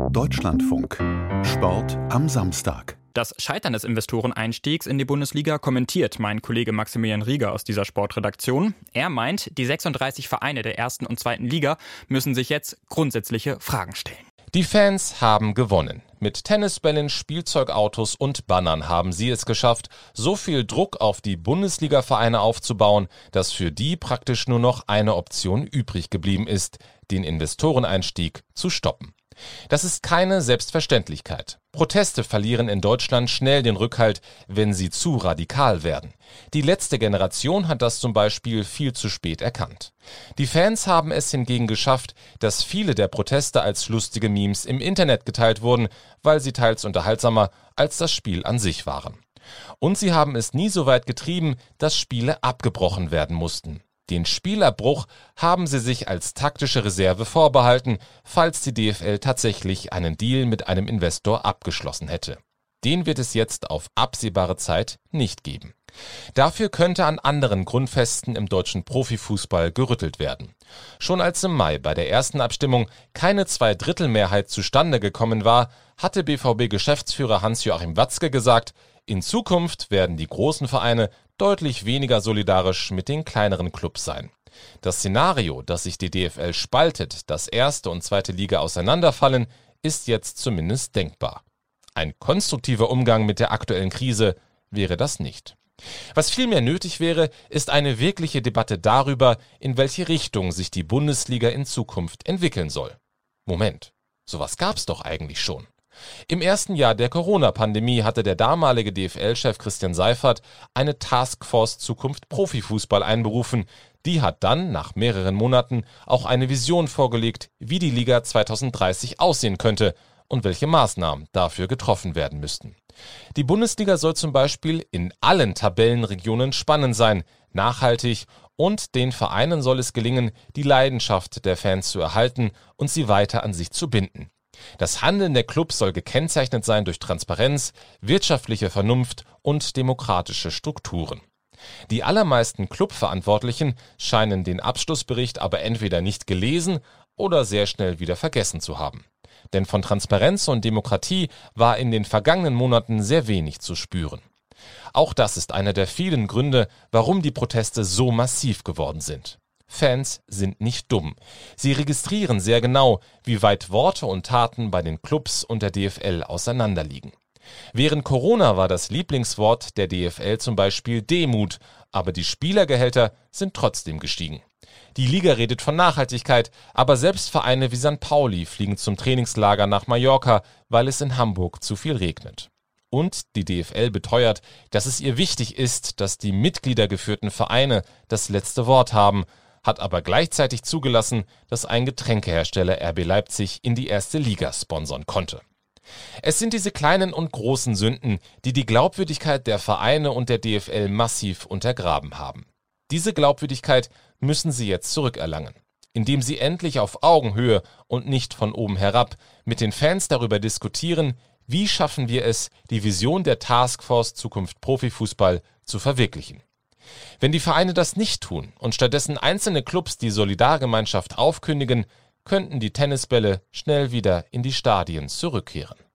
Deutschlandfunk. Sport am Samstag. Das Scheitern des Investoreneinstiegs in die Bundesliga kommentiert mein Kollege Maximilian Rieger aus dieser Sportredaktion. Er meint, die 36 Vereine der ersten und zweiten Liga müssen sich jetzt grundsätzliche Fragen stellen. Die Fans haben gewonnen. Mit Tennisbällen, Spielzeugautos und Bannern haben sie es geschafft, so viel Druck auf die Bundesliga-Vereine aufzubauen, dass für die praktisch nur noch eine Option übrig geblieben ist, den Investoreneinstieg zu stoppen. Das ist keine Selbstverständlichkeit. Proteste verlieren in Deutschland schnell den Rückhalt, wenn sie zu radikal werden. Die letzte Generation hat das zum Beispiel viel zu spät erkannt. Die Fans haben es hingegen geschafft, dass viele der Proteste als lustige Memes im Internet geteilt wurden, weil sie teils unterhaltsamer als das Spiel an sich waren. Und sie haben es nie so weit getrieben, dass Spiele abgebrochen werden mussten. Den Spielabbruch haben sie sich als taktische Reserve vorbehalten, falls die DFL tatsächlich einen Deal mit einem Investor abgeschlossen hätte. Den wird es jetzt auf absehbare Zeit nicht geben. Dafür könnte an anderen Grundfesten im deutschen Profifußball gerüttelt werden. Schon als im Mai bei der ersten Abstimmung keine Zweidrittelmehrheit zustande gekommen war, hatte BVB-Geschäftsführer Hans-Joachim Watzke gesagt, in Zukunft werden die großen Vereine deutlich weniger solidarisch mit den kleineren Clubs sein. Das Szenario, dass sich die DFL spaltet, dass erste und zweite Liga auseinanderfallen, ist jetzt zumindest denkbar. Ein konstruktiver Umgang mit der aktuellen Krise wäre das nicht. Was vielmehr nötig wäre, ist eine wirkliche Debatte darüber, in welche Richtung sich die Bundesliga in Zukunft entwickeln soll. Moment, sowas gab's doch eigentlich schon. Im ersten Jahr der Corona-Pandemie hatte der damalige DFL-Chef Christian Seifert eine Taskforce Zukunft Profifußball einberufen. Die hat dann nach mehreren Monaten auch eine Vision vorgelegt, wie die Liga 2030 aussehen könnte und welche Maßnahmen dafür getroffen werden müssten. Die Bundesliga soll zum Beispiel in allen Tabellenregionen spannend sein, nachhaltig und den Vereinen soll es gelingen, die Leidenschaft der Fans zu erhalten und sie weiter an sich zu binden. Das Handeln der Clubs soll gekennzeichnet sein durch Transparenz, wirtschaftliche Vernunft und demokratische Strukturen. Die allermeisten Clubverantwortlichen scheinen den Abschlussbericht aber entweder nicht gelesen oder sehr schnell wieder vergessen zu haben. Denn von Transparenz und Demokratie war in den vergangenen Monaten sehr wenig zu spüren. Auch das ist einer der vielen Gründe, warum die Proteste so massiv geworden sind. Fans sind nicht dumm. Sie registrieren sehr genau, wie weit Worte und Taten bei den Clubs und der DFL auseinanderliegen. Während Corona war das Lieblingswort der DFL zum Beispiel Demut, aber die Spielergehälter sind trotzdem gestiegen. Die Liga redet von Nachhaltigkeit, aber selbst Vereine wie St. Pauli fliegen zum Trainingslager nach Mallorca, weil es in Hamburg zu viel regnet. Und die DFL beteuert, dass es ihr wichtig ist, dass die mitgliedergeführten Vereine das letzte Wort haben, hat aber gleichzeitig zugelassen, dass ein Getränkehersteller RB Leipzig in die erste Liga sponsern konnte. Es sind diese kleinen und großen Sünden, die die Glaubwürdigkeit der Vereine und der DFL massiv untergraben haben. Diese Glaubwürdigkeit müssen sie jetzt zurückerlangen, indem sie endlich auf Augenhöhe und nicht von oben herab mit den Fans darüber diskutieren, wie schaffen wir es, die Vision der Taskforce Zukunft Profifußball zu verwirklichen. Wenn die Vereine das nicht tun und stattdessen einzelne Clubs die Solidargemeinschaft aufkündigen, könnten die Tennisbälle schnell wieder in die Stadien zurückkehren.